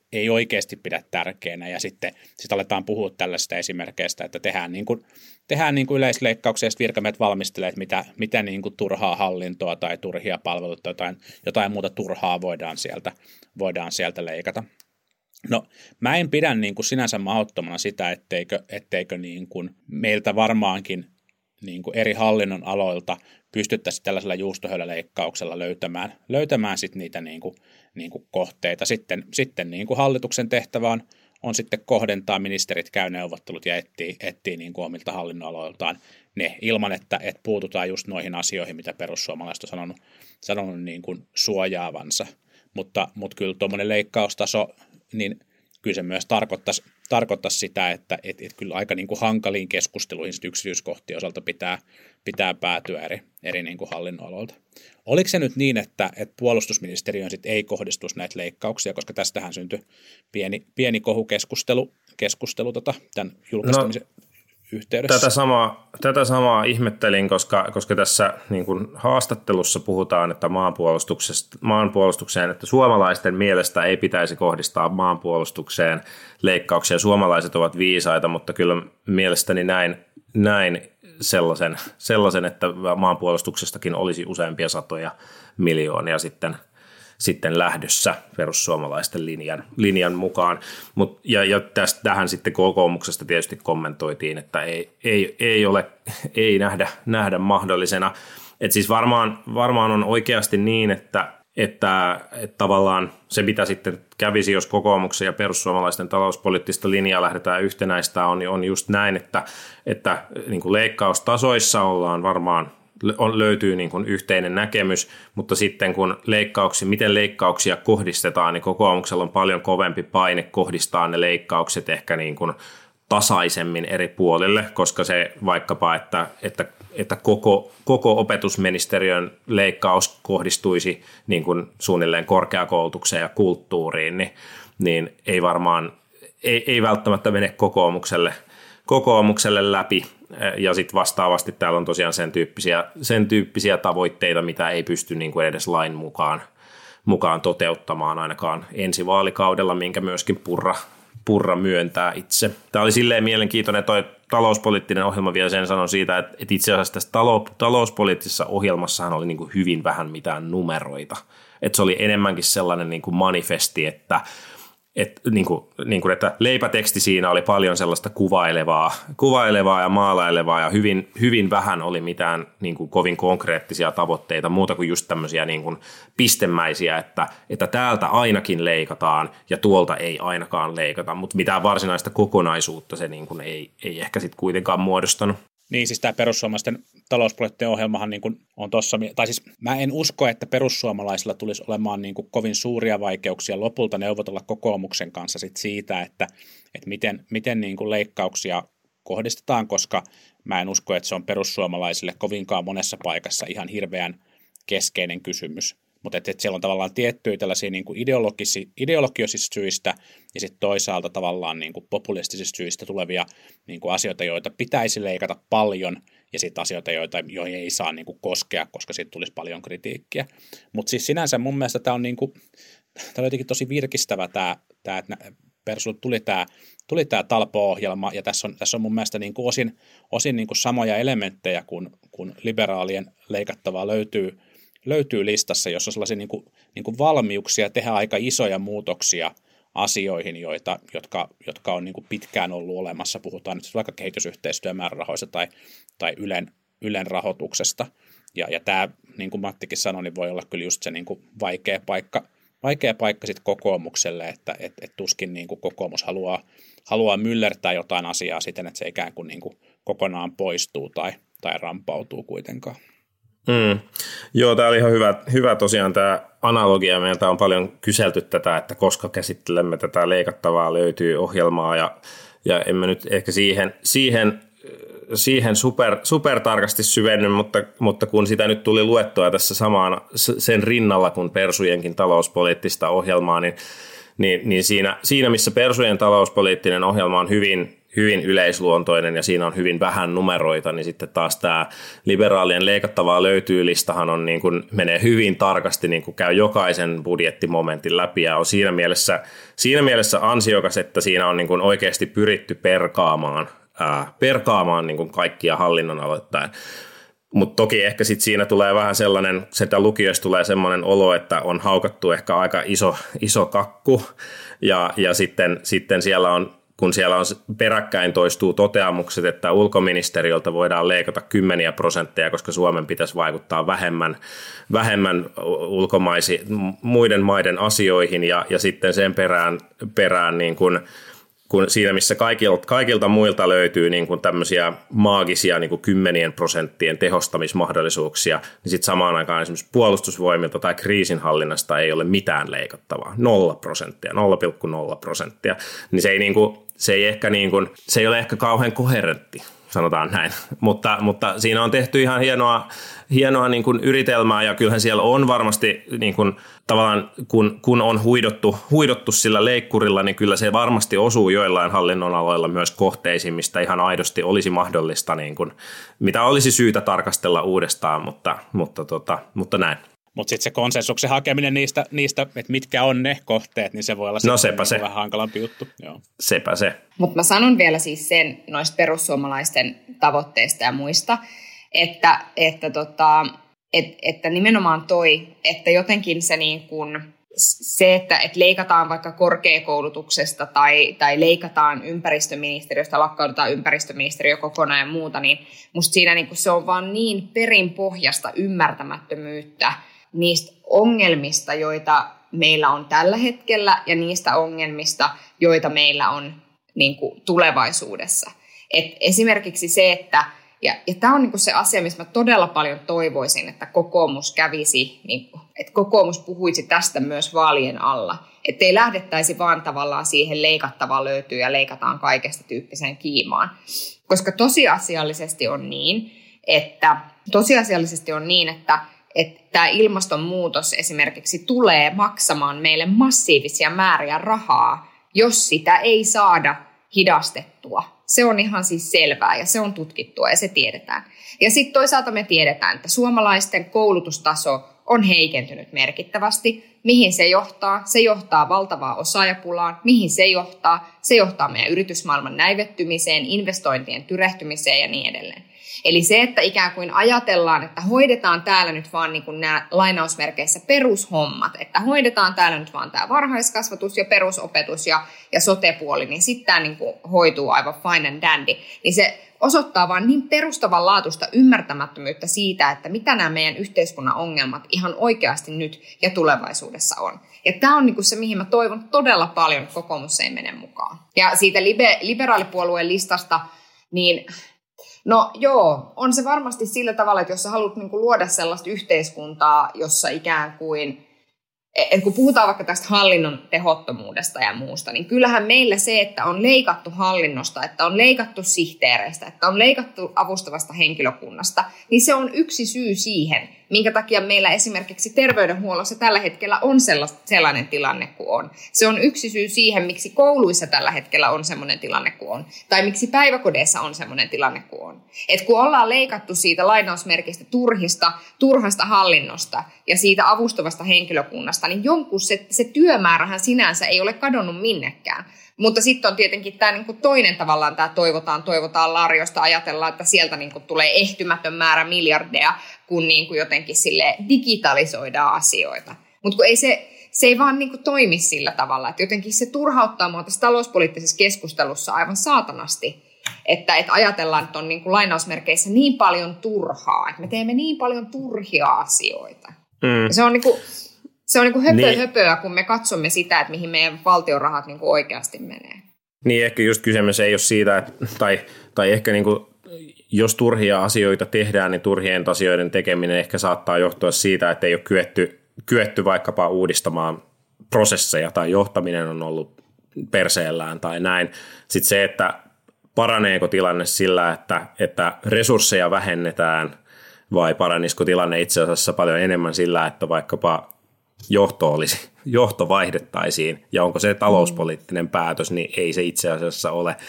Speaker 8: ei oikeasti pidä tärkeänä, ja sitten sit aletaan puhua tällaisista esimerkkeistä, että tehdään, niin kuin, tehdään niin kuin yleisleikkauksia, ja sitten virkamiehet valmistelee, että mitä, mitä niin kuin turhaa hallintoa tai turhia palveluita tai jotain, jotain muuta turhaa voidaan sieltä, voidaan sieltä leikata. No, mä en pidä niin kuin sinänsä mahdottomana sitä, etteikö, etteikö niin kuin meiltä varmaankin niin kuin eri hallinnon aloilta pystyttäisiin tällaisella juustohöyläleikkauksella löytämään, löytämään sit niitä niin kuin, niin kuin kohteita. Sitten, sitten niin kuin hallituksen tehtävä on, on sitten kohdentaa, ministerit käy neuvottelut ja etsii, etsii niin kuin omilta hallinnonaloiltaan ne ilman, että, että puututaan just noihin asioihin, mitä perussuomalaiset on sanonut, sanonut niin kuin suojaavansa. Mutta, mutta kyllä tuommoinen leikkaustaso, niin kyllä se myös tarkoittaisi, tarkoittaisi sitä, että et, et kyllä aika niin kuin hankaliin keskusteluihin yksityiskohtien osalta pitää, pitää päätyä eri, eri niin kuin hallinnonaloilta. Oliko se nyt niin, että, että puolustusministeriöön sit ei kohdistuisi näitä leikkauksia, koska tästähän syntyi pieni, pieni kohukeskustelu keskustelu tota, tämän julkaistamisen no, yhteydessä?
Speaker 6: Tätä samaa, tätä samaa ihmettelin, koska, koska tässä niin kuin haastattelussa puhutaan, että maanpuolustuksesta, maanpuolustukseen, että suomalaisten mielestä ei pitäisi kohdistaa maanpuolustukseen leikkauksia. Suomalaiset ovat viisaita, mutta kyllä mielestäni näin, näin sellaisen, sellaisen, että maanpuolustuksestakin olisi useampia satoja miljoonia sitten, sitten lähdössä perussuomalaisten linjan, linjan mukaan. Mut, ja ja tästä, tähän sitten kokoomuksesta tietysti kommentoitiin, että ei, ei, ei, ole, ei nähdä, nähdä mahdollisena. Et siis varmaan, varmaan on oikeasti niin, että Että, että tavallaan se, mitä sitten kävisi, jos kokoomuksen ja perussuomalaisten talouspoliittista linjaa lähdetään yhtenäistä, on, on just näin, että, että niin kuin leikkaustasoissa ollaan varmaan, on, löytyy niin kuin yhteinen näkemys, mutta sitten kun leikkauksia, miten leikkauksia kohdistetaan, niin kokoomuksella on paljon kovempi paine kohdistaa ne leikkaukset ehkä niin kuin tasaisemmin eri puolille, koska se vaikkapa, että, että, että koko, koko opetusministeriön leikkaus kohdistuisi niin kuin suunnilleen korkeakoulutukseen ja kulttuuriin, niin, niin ei varmaan, ei, ei välttämättä mene kokoomukselle, kokoomukselle läpi. Ja sitten vastaavasti täällä on tosiaan sen tyyppisiä, sen tyyppisiä tavoitteita, mitä ei pysty niin kuin edes lain mukaan, mukaan toteuttamaan ainakaan ensi vaalikaudella, minkä myöskin Purra Purra myöntää itse. Tämä oli silleen mielenkiintoinen toi talouspoliittinen ohjelma, vielä sen sanon siitä, että itse asiassa tässä talouspoliittisessa ohjelmassahan oli niin kuin hyvin vähän mitään numeroita. Että se oli enemmänkin sellainen niin kuin manifesti, että, että, niin kuin, niin kuin, että leipäteksti siinä oli paljon sellaista kuvailevaa, kuvailevaa ja maalailevaa ja hyvin, hyvin vähän oli mitään niin kuin kovin konkreettisia tavoitteita, muuta kuin just tämmöisiä niin kuin pistemäisiä, että, että täältä ainakin leikataan ja tuolta ei ainakaan leikata, mutta mitään varsinaista kokonaisuutta se niin kuin ei, ei ehkä sitten kuitenkaan muodostanut.
Speaker 8: Niin, siis tämä perussuomalaisten talouspoliittinen ohjelmahan niin kuin on tuossa, tai siis mä en usko, että perussuomalaisilla tulisi olemaan niin kuin kovin suuria vaikeuksia lopulta neuvotella kokoomuksen kanssa sit siitä, että, että miten, miten niin kuin leikkauksia kohdistetaan, koska mä en usko, että se on perussuomalaisille kovinkaan monessa paikassa ihan hirveän keskeinen kysymys. Mutta että, että siellä on tavallaan tiettyjä tällaisia niin kuin ideologisista syistä ja sitten toisaalta tavallaan niin kuin populistisista syistä tulevia niin kuin asioita, joita pitäisi leikata paljon ja sitten asioita, joita, joihin ei saa niin kuin koskea, koska siitä tulisi paljon kritiikkiä. Mutta siis sinänsä mun mielestä tämä on, niin kuin, tämä on jotenkin tosi virkistävä tämä, tämä että Persulle tuli tämä, tuli tämä Talpo-ohjelma ja tässä on, tässä on mun mielestä niin kuin osin, osin niin kuin samoja elementtejä, kun, kun liberaalien leikattavaa löytyy löytyy listassa, jossa on sellaisia niin kuin, niin kuin valmiuksia tehdä aika isoja muutoksia asioihin, joita, jotka, jotka on niin kuin pitkään ollut olemassa. Puhutaan nyt vaikka kehitysyhteistyömäärärahoista tai, tai Ylen, Ylen rahoituksesta. Ja, ja tämä, niin kuin Mattikin sanoi, niin voi olla kyllä just se niin kuin vaikea paikka, vaikea paikka sit kokoomukselle, että et, et tuskin niin kuin kokoomus haluaa, haluaa myllertää jotain asiaa siten, että se ikään kuin, niin kuin kokonaan poistuu tai, tai rampautuu kuitenkaan.
Speaker 6: Mm. Joo, tämä oli ihan hyvä, hyvä tosiaan tämä analogia. Meiltä on paljon kyselty tätä, että koska käsittelemme tätä leikattavaa, löytyy ohjelmaa ja, ja emme nyt ehkä siihen, siihen, siihen super, super tarkasti syvenny, mutta, mutta kun sitä nyt tuli luettua tässä samaan sen rinnalla kuin Persujenkin talouspoliittista ohjelmaa, niin, niin, niin siinä, siinä missä Persujen talouspoliittinen ohjelma on hyvin hyvin yleisluontoinen ja siinä on hyvin vähän numeroita, niin sitten taas tämä liberaalien leikattavaa löytyy listahan on niin kuin, menee hyvin tarkasti, niin kuin käy jokaisen budjettimomentin läpi ja on siinä mielessä, siinä mielessä ansiokas, että siinä on niin kuin oikeasti pyritty perkaamaan, ää, perkaamaan niin kuin kaikkia hallinnonaloittain. Mutta toki ehkä sit siinä tulee vähän sellainen, että lukijoista tulee sellainen olo, että on haukattu ehkä aika iso, iso kakku ja, ja sitten, sitten siellä on, kun siellä on peräkkäin toistuu toteamukset, että ulkoministeriöltä voidaan leikata kymmeniä prosentteja, koska Suomen pitäisi vaikuttaa vähemmän, vähemmän ulkomaisi, muiden maiden asioihin ja, ja sitten sen perään, perään niin kuin kun siinä, missä kaikilta, kaikilta muilta löytyy niin kuin tämmöisiä maagisia niin kuin kymmenien prosenttien tehostamismahdollisuuksia, niin sitten samaan aikaan esimerkiksi puolustusvoimilta tai kriisinhallinnasta ei ole mitään leikattavaa. Nolla prosenttia, nolla pilkku nolla prosenttia. Niin se ei, niin kuin, se ei, ehkä niin kuin, se ei ole ehkä kauhean koherentti, sanotaan näin. Mutta, mutta siinä on tehty ihan hienoa, hienoa niin kuin yritelmää ja kyllähän siellä on varmasti niin kuin, tavallaan kun, kun on huidottu, huidottu sillä leikkurilla, niin kyllä se varmasti osuu joillain hallinnonaloilla myös kohteisiin, mistä ihan aidosti olisi mahdollista, niin kuin, mitä olisi syytä tarkastella uudestaan, mutta, mutta, tota, mutta näin.
Speaker 8: Mutta sitten se konsensuksen hakeminen niistä, niistä, että mitkä on ne kohteet, niin se voi olla
Speaker 6: no
Speaker 8: niin
Speaker 6: se.
Speaker 8: vähän hankalampi juttu. Joo.
Speaker 6: Sepä se.
Speaker 7: Mutta mä sanon vielä siis sen noista perussuomalaisten tavoitteista ja muista, että, että, tota, et, että nimenomaan toi, että jotenkin se, niin kun, se että et leikataan vaikka korkeakoulutuksesta tai, tai leikataan ympäristöministeriöstä, lakkautetaan ympäristöministeriö kokonaan ja muuta, niin musta siinä niin kun se on vaan niin perinpohjasta ymmärtämättömyyttä niistä ongelmista, joita meillä on tällä hetkellä ja niistä ongelmista, joita meillä on niin kuin tulevaisuudessa. Et esimerkiksi se, että, ja, ja tämä on niin kuin se asia, missä mä todella paljon toivoisin, että kokoomus kävisi, niin, että kokoomus puhuisi tästä myös vaalien alla. Että ei lähdettäisi vaan tavallaan siihen leikattavaa löytyy ja leikataan kaikesta tyyppiseen kiimaan. Koska tosiasiallisesti on niin, että, tosiasiallisesti on niin, että että tämä ilmastonmuutos esimerkiksi tulee maksamaan meille massiivisia määriä rahaa, jos sitä ei saada hidastettua. Se on ihan siis selvää ja se on tutkittua ja se tiedetään. Ja sitten toisaalta me tiedetään, että suomalaisten koulutustaso on heikentynyt merkittävästi. Mihin se johtaa? Se johtaa valtavaa osaajapulaan. Mihin se johtaa? Se johtaa meidän yritysmaailman näivettymiseen, investointien tyrehtymiseen ja niin edelleen. Eli se, että ikään kuin ajatellaan, että hoidetaan täällä nyt vaan niin kuin nämä lainausmerkeissä perushommat, että hoidetaan täällä nyt vaan tämä varhaiskasvatus ja perusopetus ja, ja sote-puoli, niin sitten tämä niin kuin hoituu aivan fine and dandy. Niin se osoittaa vaan niin perustavanlaatuista ymmärtämättömyyttä siitä, että mitä nämä meidän yhteiskunnan ongelmat ihan oikeasti nyt ja tulevaisuudessa on. Ja tämä on niin kuin se, mihin mä toivon todella paljon, että kokoomus ei mene mukaan. Ja siitä libe, liberaalipuolueen listasta, niin no joo, on se varmasti sillä tavalla, että jos sä haluat niin kuin luoda sellaista yhteiskuntaa, jossa ikään kuin, että kun puhutaan vaikka tästä hallinnon tehottomuudesta ja muusta, niin kyllähän meillä se, että on leikattu hallinnosta, että on leikattu sihteereistä, että on leikattu avustavasta henkilökunnasta, niin se on yksi syy siihen, minkä takia meillä esimerkiksi terveydenhuollossa tällä hetkellä on sellainen tilanne kuin on. Se on yksi syy siihen, miksi kouluissa tällä hetkellä on sellainen tilanne kuin on, tai miksi päiväkodeissa on sellainen tilanne kuin on. Et kun ollaan leikattu siitä lainausmerkistä turhista, turhasta hallinnosta ja siitä avustavasta henkilökunnasta, niin jonkun se, se työmäärähän sinänsä ei ole kadonnut minnekään. Mutta sitten on tietenkin tämä niinku toinen tavallaan, tämä toivotaan, toivotaan Larjosta, ajatellaan, että sieltä niinku tulee ehtymätön määrä miljardeja, kun niinku jotenkin sille digitalisoidaan asioita. Mutta kun ei se, se ei vaan niinku toimi sillä tavalla, että jotenkin se turhauttaa mua tässä talouspoliittisessa keskustelussa aivan saatanasti, että et ajatellaan, että on niinku lainausmerkeissä niin paljon turhaa, että me teemme niin paljon turhia asioita. Mm. Se on niinku... Se on niin kuin höpö, niin. höpöä, kun me katsomme sitä, että mihin meidän valtion rahat niin kuin oikeasti menee.
Speaker 6: Niin, ehkä just kysymys ei ole siitä, että, tai, tai ehkä niin kuin, jos turhia asioita tehdään, niin turhien asioiden tekeminen ehkä saattaa johtua siitä, että ei ole kyetty, kyetty vaikkapa uudistamaan prosesseja tai johtaminen on ollut perseellään tai näin. Sitten se, että paraneeko tilanne sillä, että, että resursseja vähennetään vai paranisiko tilanne itse asiassa paljon enemmän sillä, että vaikkapa johto olisi, johto vaihdettaisiin, ja onko se talouspoliittinen päätös, niin ei se itse asiassa ole.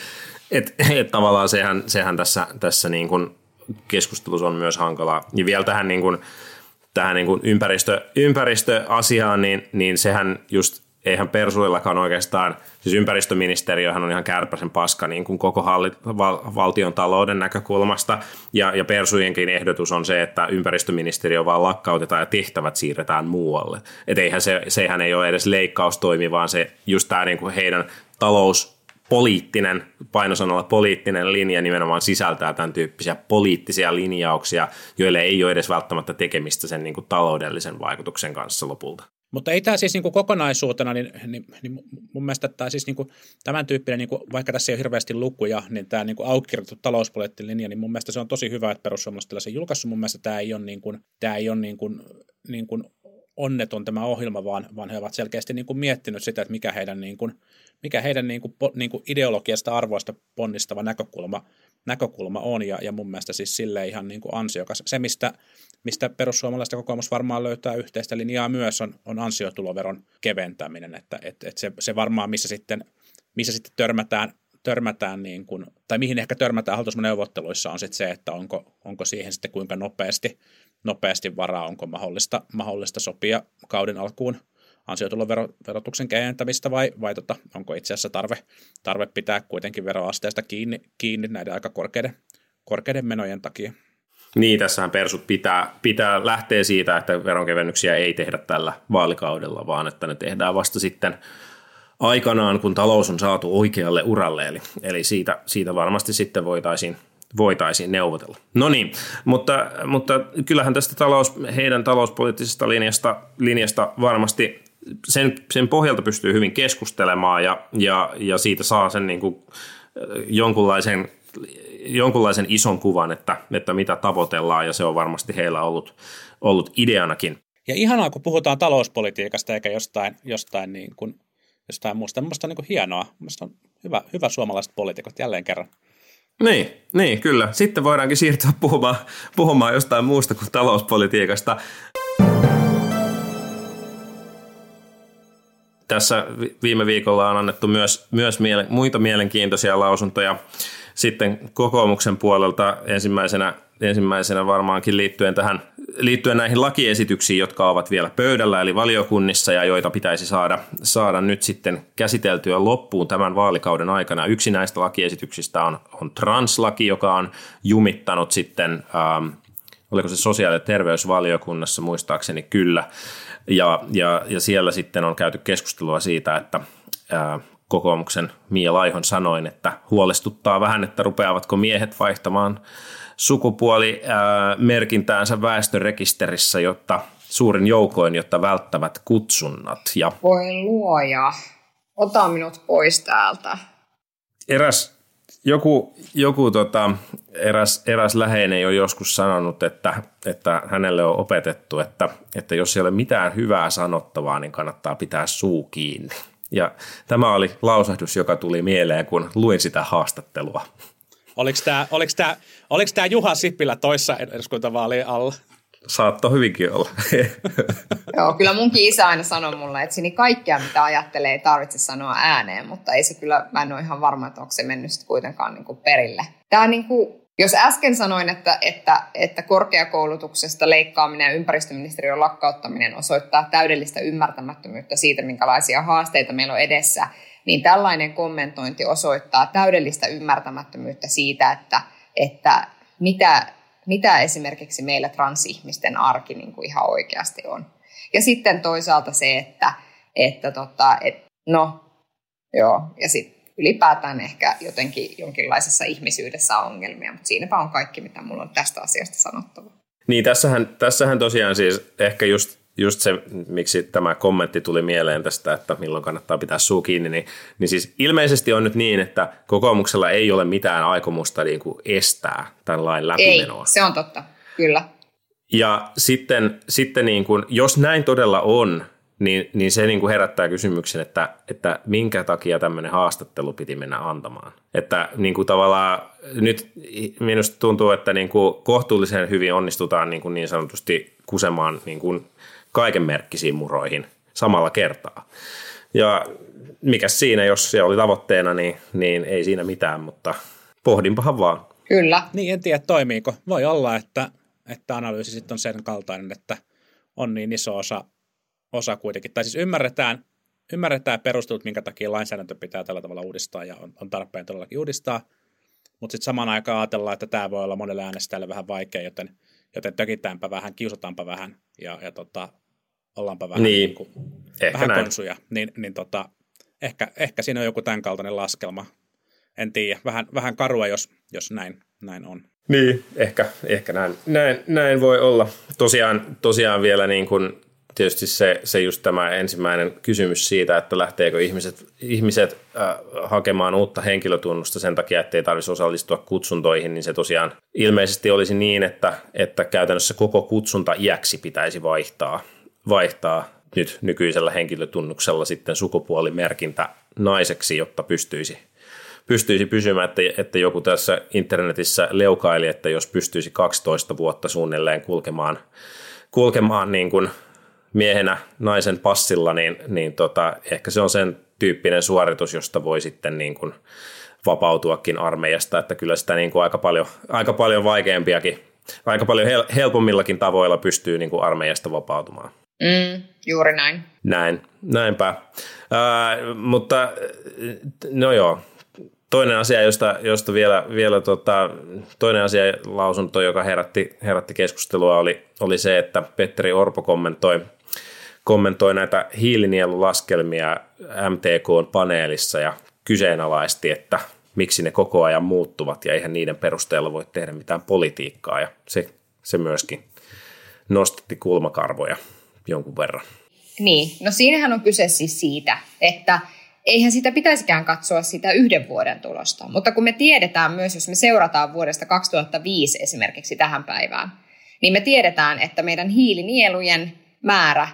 Speaker 6: Että et tavallaan sehän, sehän tässä, tässä niin kuin keskustelussa on myös hankalaa. Ja vielä tähän, niin kuin, tähän niin kuin ympäristö, ympäristöasiaan, niin, niin sehän just, eihän Persuillakaan oikeastaan, siis ympäristöministeriöhän on ihan kärpäsen paska niin kuin koko hallit, val, valtion talouden näkökulmasta, ja, ja Persujenkin ehdotus on se, että ympäristöministeriö vaan lakkautetaan ja tehtävät siirretään muualle. Että eihän se, sehän ei ole edes leikkaustoimi, vaan se just tämä niin kuin heidän talous poliittinen, painosanalla poliittinen linja nimenomaan sisältää tämän tyyppisiä poliittisia linjauksia, joille ei ole edes välttämättä tekemistä sen niin kuin taloudellisen vaikutuksen kanssa lopulta.
Speaker 8: Mutta ei tämä siis niin kuin kokonaisuutena, niin, niin, niin mun mielestä tämä siis niin kuin tämän tyyppinen, niin kuin, vaikka tässä ei ole hirveästi lukuja, niin tämä niin kuin aukkirjoitettu talouspoliittinen linja, niin mun mielestä se on tosi hyvä, että perussuomalaiset tällaisen julkaissut. Mun mielestä tämä ei ole, niin kuin, tämä ei ole niin kuin, niin kuin onneton tämä ohjelma, vaan, vaan he ovat selkeästi niin kuin miettinyt sitä, että mikä heidän, niin kuin, mikä heidän niin kuin, niin kuin ideologiasta arvoista ponnistava näkökulma, näkökulma on, ja, ja mun mielestä siis silleen ihan niin kuin ansiokas. Se, mistä, mistä perussuomalaista kokoomus varmaan löytää yhteistä linjaa myös, on, on ansiotuloveron keventäminen, että et, et se, se varmaan, missä sitten, missä sitten törmätään, törmätään niin kuin, tai mihin ehkä törmätään hallitusneuvotteluissa on sitten se, että onko, onko siihen sitten kuinka nopeasti, nopeasti varaa, onko mahdollista, mahdollista sopia kauden alkuun ansiotuloverotuksen keventämistä vai, vai tota, onko itse asiassa tarve, tarve pitää kuitenkin veroasteesta kiinni, kiinni näiden aika korkeiden, korkeiden menojen takia.
Speaker 6: Niin, tässähän persut pitää, pitää lähteä siitä, että veronkevennyksiä ei tehdä tällä vaalikaudella, vaan että ne tehdään vasta sitten aikanaan, kun talous on saatu oikealle uralle, eli, eli siitä, siitä varmasti sitten voitaisiin, voitaisiin neuvotella. No niin, mutta, mutta kyllähän tästä talous, heidän talouspoliittisesta linjasta, linjasta varmasti sen, sen pohjalta pystyy hyvin keskustelemaan ja, ja, ja siitä saa sen niin kuin jonkunlaisen, jonkunlaisen ison kuvan, että, että mitä tavoitellaan, ja se on varmasti heillä ollut, ollut ideanakin.
Speaker 8: Ja ihanaa, kun puhutaan talouspolitiikasta eikä jostain, jostain, niin kuin, jostain muusta. Mielestäni on niin kuin hienoa. Mielestäni on hyvä, hyvä suomalaiset poliitikot jälleen kerran.
Speaker 6: Niin, niin, kyllä. Sitten voidaankin siirtyä puhumaan, puhumaan jostain muusta kuin talouspolitiikasta. Tässä viime viikolla on annettu myös, myös miele, muita mielenkiintoisia lausuntoja. Sitten kokoomuksen puolelta ensimmäisenä, ensimmäisenä varmaankin liittyen, tähän, liittyen näihin lakiesityksiin, jotka ovat vielä pöydällä, eli valiokunnissa, ja joita pitäisi saada, saada nyt sitten käsiteltyä loppuun tämän vaalikauden aikana. Yksi näistä lakiesityksistä on, on translaki, joka on jumittanut sitten, ähm, oliko se sosiaali- ja terveysvaliokunnassa, muistaakseni kyllä, ja, ja, ja siellä sitten on käyty keskustelua siitä, että äh, kokoomuksen Mia Laihon sanoin, että huolestuttaa vähän, että rupeavatko miehet vaihtamaan sukupuolimerkintäänsä väestörekisterissä, jotta suurin joukoin, jotta välttävät kutsunnat. Ja
Speaker 7: voi luoja, ota minut pois täältä.
Speaker 6: Eräs, joku, joku tota, eräs, eräs läheinen on joskus sanonut, että, että hänelle on opetettu, että, että jos ei ole mitään hyvää sanottavaa, niin kannattaa pitää suu kiinni. Ja tämä oli lausahdus, joka tuli mieleen, kun luin sitä haastattelua.
Speaker 8: Oliko tämä, oliko tämä, oliko tämä Juha Sipilä toissa eduskuntavaalien alla?
Speaker 6: Saattoi hyvinkin olla.
Speaker 7: Joo, kyllä munkin isä aina sanoi mulle, että siinä kaikkea mitä ajattelee ei tarvitse sanoa ääneen, mutta ei se kyllä, mä en ole ihan varma, että onko se mennyt sitten kuitenkaan niin kuin perille. Tämä niin kuin, jos äsken sanoin, että, että, että korkeakoulutuksesta leikkaaminen ja ympäristöministeriön lakkauttaminen osoittaa täydellistä ymmärtämättömyyttä siitä, minkälaisia haasteita meillä on edessä, niin tällainen kommentointi osoittaa täydellistä ymmärtämättömyyttä siitä, että, että mitä, mitä esimerkiksi meillä transihmisten arki niin kuin ihan oikeasti on. Ja sitten toisaalta se, että, että tota, et, no, joo, ja sitten ylipäätään ehkä jotenkin jonkinlaisessa ihmisyydessä on ongelmia, mutta siinäpä on kaikki, mitä mulla on tästä asiasta sanottava.
Speaker 6: Niin, tässähän, tässähän tosiaan siis ehkä just, just se, miksi tämä kommentti tuli mieleen tästä, että milloin kannattaa pitää suu kiinni, niin, niin siis ilmeisesti on nyt niin, että kokoomuksella ei ole mitään aikomusta niin kuin estää tämän lain läpimenoa.
Speaker 7: Ei, se on totta, kyllä.
Speaker 6: Ja sitten, sitten niin kuin, jos näin todella on, niin, niin se niin kuin herättää kysymyksen, että, että minkä takia tämmöinen haastattelu piti mennä antamaan. Että niin kuin tavallaan nyt minusta tuntuu, että niin kuin kohtuullisen hyvin onnistutaan niin, kuin niin sanotusti kusemaan niin kuin kaiken merkkisiin muroihin samalla kertaa. Ja mikä siinä, jos se oli tavoitteena, niin, niin ei siinä mitään, mutta pohdinpahan vaan.
Speaker 7: Kyllä.
Speaker 8: Niin, en tiedä toimiiko. Voi olla, että, että analyysi sitten on sen kaltainen, että on niin iso osa, osa kuitenkin. Tai siis ymmärretään, ymmärretään perustelut, minkä takia lainsäädäntö pitää tällä tavalla uudistaa ja on, on tarpeen todellakin uudistaa. Mutta sitten samaan aikaan ajatellaan, että tämä voi olla monelle äänestäjälle vähän vaikea, joten, joten tökitäänpä vähän, kiusataanpa vähän ja, ja tota, ollaanpa vähän,
Speaker 6: niin,
Speaker 8: niin kuin, vähän konsuja. Niin, niin tota, ehkä, ehkä siinä on joku tämän kaltainen laskelma. En tiedä, vähän, vähän karua, jos, jos näin, näin on.
Speaker 6: Niin, ehkä, ehkä näin, näin, näin voi olla. Tosiaan, tosiaan vielä niin kuin tietysti se, se just tämä ensimmäinen kysymys siitä, että lähteekö ihmiset, ihmiset äh, hakemaan uutta henkilötunnusta sen takia, että ei tarvitsisi osallistua kutsuntoihin, niin se tosiaan ilmeisesti olisi niin, että, että käytännössä koko kutsunta iäksi pitäisi vaihtaa, vaihtaa nyt nykyisellä henkilötunnuksella sitten sukupuolimerkintä naiseksi, jotta pystyisi pystyisi pysymään, että, että joku tässä internetissä leukaili, että jos pystyisi kaksitoista vuotta suunnilleen kulkemaan, kulkemaan niin kuin miehenä naisen passilla, niin, niin tota, ehkä se on sen tyyppinen suoritus, josta voi sitten niin kuin vapautuakin armeijasta, että kyllä sitä niin kuin aika paljon, aika paljon vaikeampiakin, aika paljon hel- helpommillakin tavoilla pystyy niin kuin armeijasta vapautumaan.
Speaker 7: Mm, juuri näin.
Speaker 6: Näin, näinpä. Äh, mutta no joo. Toinen asia, josta, josta vielä, vielä tota, toinen asia lausunto, joka herätti, herätti keskustelua, oli, oli se, että Petteri Orpo kommentoi, kommentoi näitä hiilinielulaskelmia M T K-paneelissa ja kyseenalaisti, että miksi ne koko ajan muuttuvat ja eihän niiden perusteella voi tehdä mitään politiikkaa. Ja se, se myöskin nostatti kulmakarvoja jonkun verran.
Speaker 7: Niin, no siinähän on kyse siis siitä, että eihän sitä pitäisikään katsoa sitä yhden vuoden tulosta, mutta kun me tiedetään myös, jos me seurataan vuodesta kaksituhattaviisi esimerkiksi tähän päivään, niin me tiedetään, että meidän hiilinielujen määrä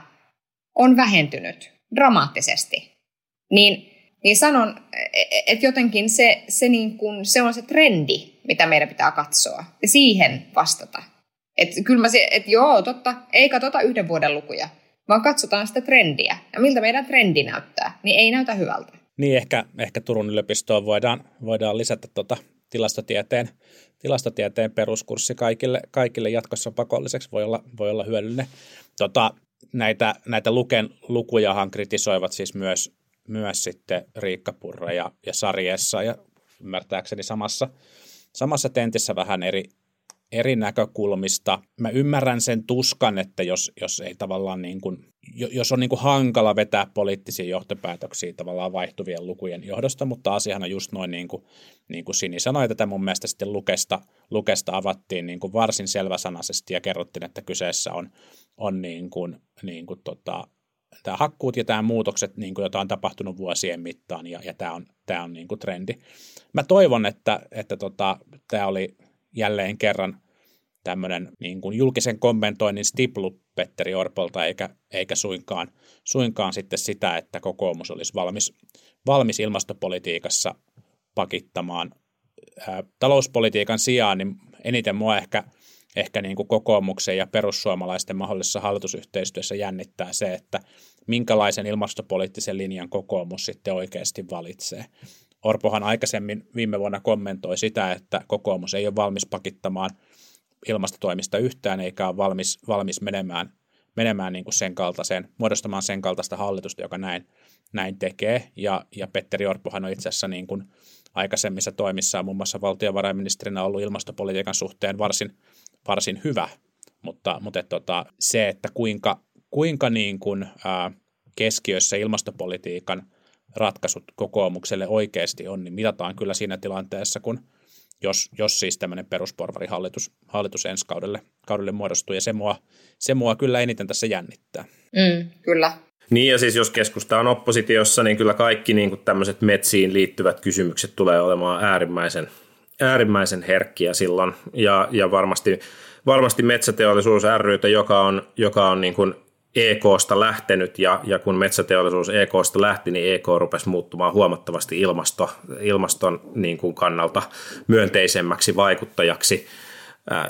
Speaker 7: on vähentynyt dramaattisesti. Niin, niin sanon, että jotenkin se, se, niin kuin, se on se trendi, mitä meidän pitää katsoa ja siihen vastata. Että kyllä mä se, että joo, totta, ei katsota yhden vuoden lukuja, vaan katsotaan sitä trendiä. Ja miltä meidän trendi näyttää, niin ei näytä hyvältä.
Speaker 8: Niin, ehkä, ehkä Turun yliopistoon voidaan, voidaan lisätä tuota tilastotieteen, tilastotieteen peruskurssi kaikille, kaikille jatkossa pakolliseksi. Voi olla, voi olla hyödyllinen. Tota, näitä, näitä Luken lukujahan kritisoivat siis myös, myös sitten Riikka Purra ja, ja Sarjessa ja ymmärtääkseni samassa, samassa tentissä vähän eri, eri näkökulmista. Mä ymmärrän sen tuskan, että jos, jos ei tavallaan niin kuin, jos on niin kuin hankala vetää poliittisia johtopäätöksiä tavallaan vaihtuvien lukujen johdosta, mutta asiahan on just noin niin kuin, niin kuin Sini sanoi, tätä mun mielestä sitten Lukesta, Lukesta avattiin niin kuin varsin selväsanaisesti ja kerrottiin, että kyseessä on, on niin kuin, niin kuin tota, tämä hakkuut ja tämä muutokset, niin kuin, joita on tapahtunut vuosien mittaan ja, ja tämä on, tämä on niin kuin trendi. Mä toivon, että, että tota, tämä oli jälleen kerran tämmöinen niin kuin julkisen kommentoinnin stiplu Petteri Orpolta, eikä, eikä suinkaan, suinkaan sitten sitä, että kokoomus olisi valmis, valmis ilmastopolitiikassa pakittamaan ää, talouspolitiikan sijaan, niin eniten mua ehkä, ehkä niin kuin kokoomuksen ja perussuomalaisten mahdollisessa hallitusyhteistyössä jännittää se, että minkälaisen ilmastopoliittisen linjan kokoomus sitten oikeasti valitsee. Orpohan aikaisemmin viime vuonna kommentoi sitä, että kokoomus ei ole valmis pakittamaan ilmastotoimista yhtään, eikä ole valmis, valmis menemään, menemään niin kuin sen kaltaiseen, muodostamaan sen kaltaista hallitusta, joka näin, näin tekee. Ja, ja Petteri Orpohan on itse asiassa niin kuin aikaisemmissa toimissaan muun muassa valtiovarainministerinä ollut ilmastopolitiikan suhteen varsin, varsin hyvä. Mutta, mutta et, tota, se, että kuinka, kuinka niin kuin, ää, keskiössä ilmastopolitiikan ratkaisut kokoomukselle oikeasti on, niin mitataan kyllä siinä tilanteessa, kun jos, jos siis tämmöinen perusporvarihallitus hallitus ensi kaudelle, kaudelle muodostuu, ja se mua, se mua kyllä eniten tässä jännittää.
Speaker 7: Mm, kyllä.
Speaker 6: Niin, ja siis jos keskusta on oppositiossa, niin kyllä kaikki niin kuin tämmöiset metsiin liittyvät kysymykset tulee olemaan äärimmäisen, äärimmäisen herkkiä silloin, ja, ja varmasti, varmasti Metsäteollisuus ry:tä, joka on, joka on niin kuin E K:sta lähtenyt, ja, ja kun Metsäteollisuus E K:sta lähti, niin E K rupesi muuttumaan huomattavasti ilmasto, ilmaston niin kuin kannalta myönteisemmäksi vaikuttajaksi. ää,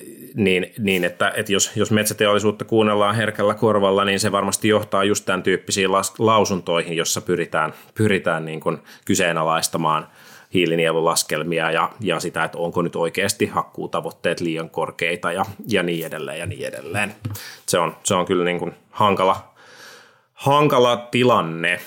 Speaker 6: niin, niin että, että jos, jos metsäteollisuutta kuunnellaan herkällä korvalla, niin se varmasti johtaa just tämän tyyppisiin las, lausuntoihin, jossa pyritään, pyritään niin kuin kyseenalaistamaan hiilinielulaskelmia ja, ja sitä, että onko nyt oikeasti hakkuutavoitteet liian korkeita ja, ja niin edelleen ja niin edelleen. Se on, se on kyllä niin kuin hankala, hankala tilanne.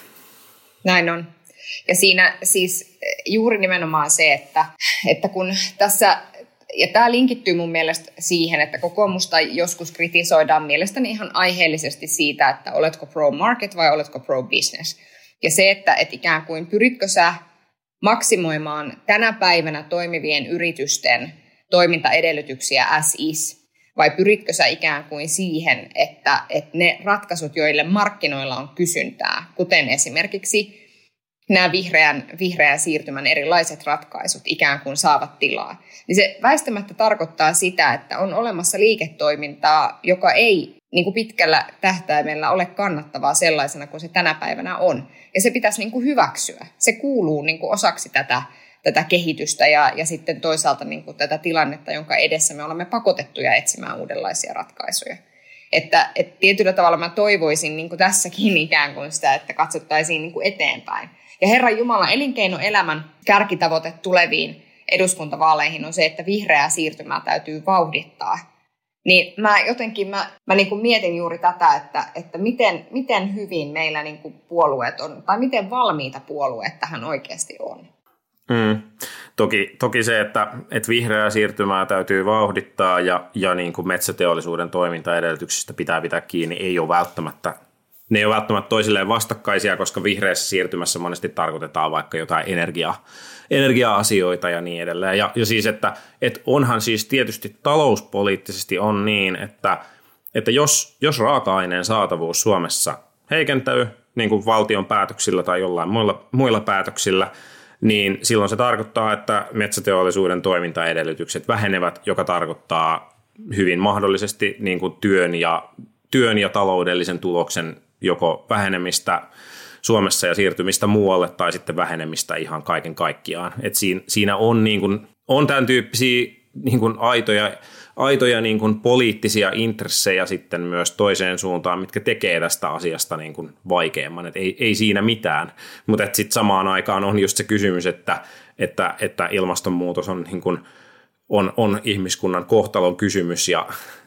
Speaker 7: Näin on. Ja siinä siis juuri nimenomaan se, että, että kun tässä, ja tämä linkittyy mun mielestä siihen, että kokoomusta joskus kritisoidaan mielestäni ihan aiheellisesti siitä, että oletko pro-market vai oletko pro-business. Ja se, että et ikään kuin pyritkö sä maksimoimaan tänä päivänä toimivien yritysten toimintaedellytyksiä as is, vai pyritkö sä ikään kuin siihen, että, että ne ratkaisut, joille markkinoilla on kysyntää, kuten esimerkiksi nämä vihreän, vihreän siirtymän erilaiset ratkaisut ikään kuin saavat tilaa, niin se väistämättä tarkoittaa sitä, että on olemassa liiketoimintaa, joka ei niin kuin pitkällä tähtäimellä ole kannattavaa sellaisena kuin se tänä päivänä on. Ja se pitäisi niin kuin hyväksyä. Se kuuluu niin kuin osaksi tätä, tätä kehitystä ja, ja sitten toisaalta niin kuin tätä tilannetta, jonka edessä me olemme pakotettuja etsimään uudenlaisia ratkaisuja. Että, että tietyllä tavalla mä toivoisin niin kuin tässäkin ikään kuin sitä, että katsottaisiin niin kuin eteenpäin. Ja Herran Jumala, elinkeinoelämän kärkitavoite tuleviin eduskuntavaaleihin on se, että vihreää siirtymää täytyy vauhdittaa. Niin mä jotenkin mä, mä niin kuin mietin juuri tätä, että, että miten, miten hyvin meillä niin kuin puolueet on, tai miten valmiita puolueet tähän oikeasti on.
Speaker 6: Mm. Toki, toki se, että, että vihreää siirtymää täytyy vauhdittaa ja, ja niin kuin metsäteollisuuden toimintaedellytyksistä pitää pitää kiinni, ei ole välttämättä, ne ei ole välttämättä toisilleen vastakkaisia, koska vihreässä siirtymässä monesti tarkoitetaan vaikka jotain energiaa, energia-asioita ja niin edelleen. Ja, ja siis, että, että onhan siis tietysti talouspoliittisesti on niin, että, että jos, jos raaka-aineen saatavuus Suomessa heikentyy niin kuin valtion päätöksillä tai jollain muilla, muilla päätöksillä, niin silloin se tarkoittaa, että metsäteollisuuden toimintaedellytykset vähenevät, joka tarkoittaa hyvin mahdollisesti niin kuin työn, ja, työn ja taloudellisen tuloksen joko vähenemistä Suomessa ja siirtymistä muualle tai sitten vähenemistä ihan kaiken kaikkiaan. Et siinä, siinä on, niin kuin, on tämän tyyppisiä niin kuin aitoja, aitoja niin kuin poliittisia intressejä sitten myös toiseen suuntaan, mitkä tekee tästä asiasta niin kuin vaikeamman. Et ei, ei siinä mitään, mutta sitten samaan aikaan on just se kysymys, että, että, että ilmastonmuutos on, niin kuin, on, on ihmiskunnan kohtalon kysymys ja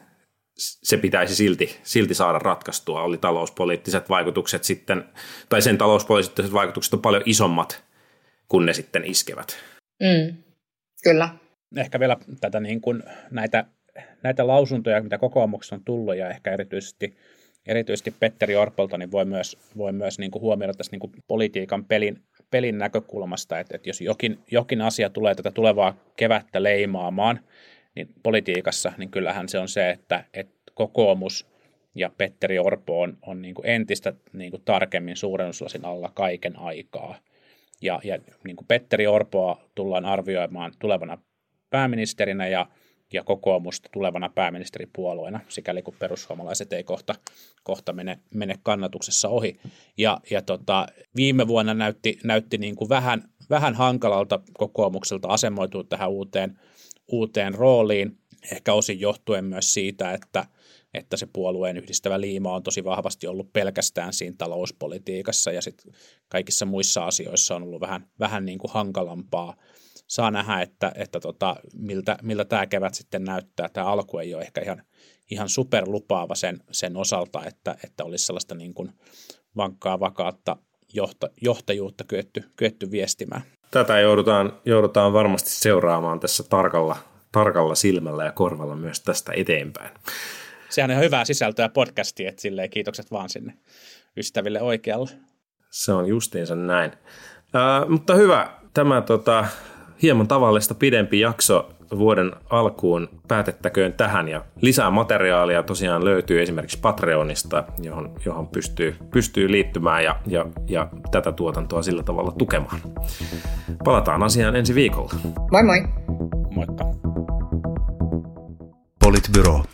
Speaker 6: se pitäisi silti, silti saada ratkaistua. Oli talouspoliittiset vaikutukset sitten, tai sen talouspoliittiset vaikutukset on paljon isommat, kun ne sitten iskevät.
Speaker 7: Mm, kyllä.
Speaker 8: Ehkä vielä tätä niin kuin näitä, näitä lausuntoja, mitä kokoomuksessa on tullut, ja ehkä erityisesti, erityisesti Petteri Orpolta, niin voi myös, voi myös niin kuin huomioida tässä niin kuin politiikan pelin, pelin näkökulmasta, että, että jos jokin, jokin asia tulee tätä tulevaa kevättä leimaamaan, niin politiikassa, niin kyllähän se on se, että, että kokoomus ja Petteri Orpo on, on niin kuin entistä niin kuin tarkemmin suurennuslasin alla kaiken aikaa. Ja, ja niin kuin Petteri Orpoa tullaan arvioimaan tulevana pääministerinä ja, ja kokoomusta tulevana pääministeripuolueena, sikäli kun perussuomalaiset ei kohta, kohta mene, mene kannatuksessa ohi. Ja, ja tota, viime vuonna näytti, näytti niin kuin vähän, vähän hankalalta kokoomukselta asemoitua tähän uuteen, uuteen rooliin, ehkä osin johtuen myös siitä, että, että se puolueen yhdistävä liima on tosi vahvasti ollut pelkästään siinä talouspolitiikassa ja sitten kaikissa muissa asioissa on ollut vähän, vähän niin kuin hankalampaa. Saa nähdä, että, että tota, miltä, miltä tämä kevät sitten näyttää. Tämä alku ei ole ehkä ihan, ihan superlupaava sen, sen osalta, että, että olisi sellaista niin kuin vankkaa, vakaata johta, johtajuutta kyetty, kyetty viestimään.
Speaker 6: Tätä joudutaan, joudutaan varmasti seuraamaan tässä tarkalla, tarkalla silmällä ja korvalla myös tästä eteenpäin.
Speaker 8: Sehän on hyvää sisältöä podcastia, että silleen kiitokset vaan sinne ystäville oikealle.
Speaker 6: Se on justiinsa näin. Äh, mutta hyvä, tämä tota, hieman tavallista pidempi jakso vuoden alkuun päätettäköön tähän ja lisää materiaalia tosiaan löytyy esimerkiksi Patreonista, johon, johon pystyy, pystyy liittymään ja, ja, ja tätä tuotantoa sillä tavalla tukemaan. Palataan asiaan ensi viikolla.
Speaker 7: Moi moi!
Speaker 8: Moikka!
Speaker 1: Politbyro.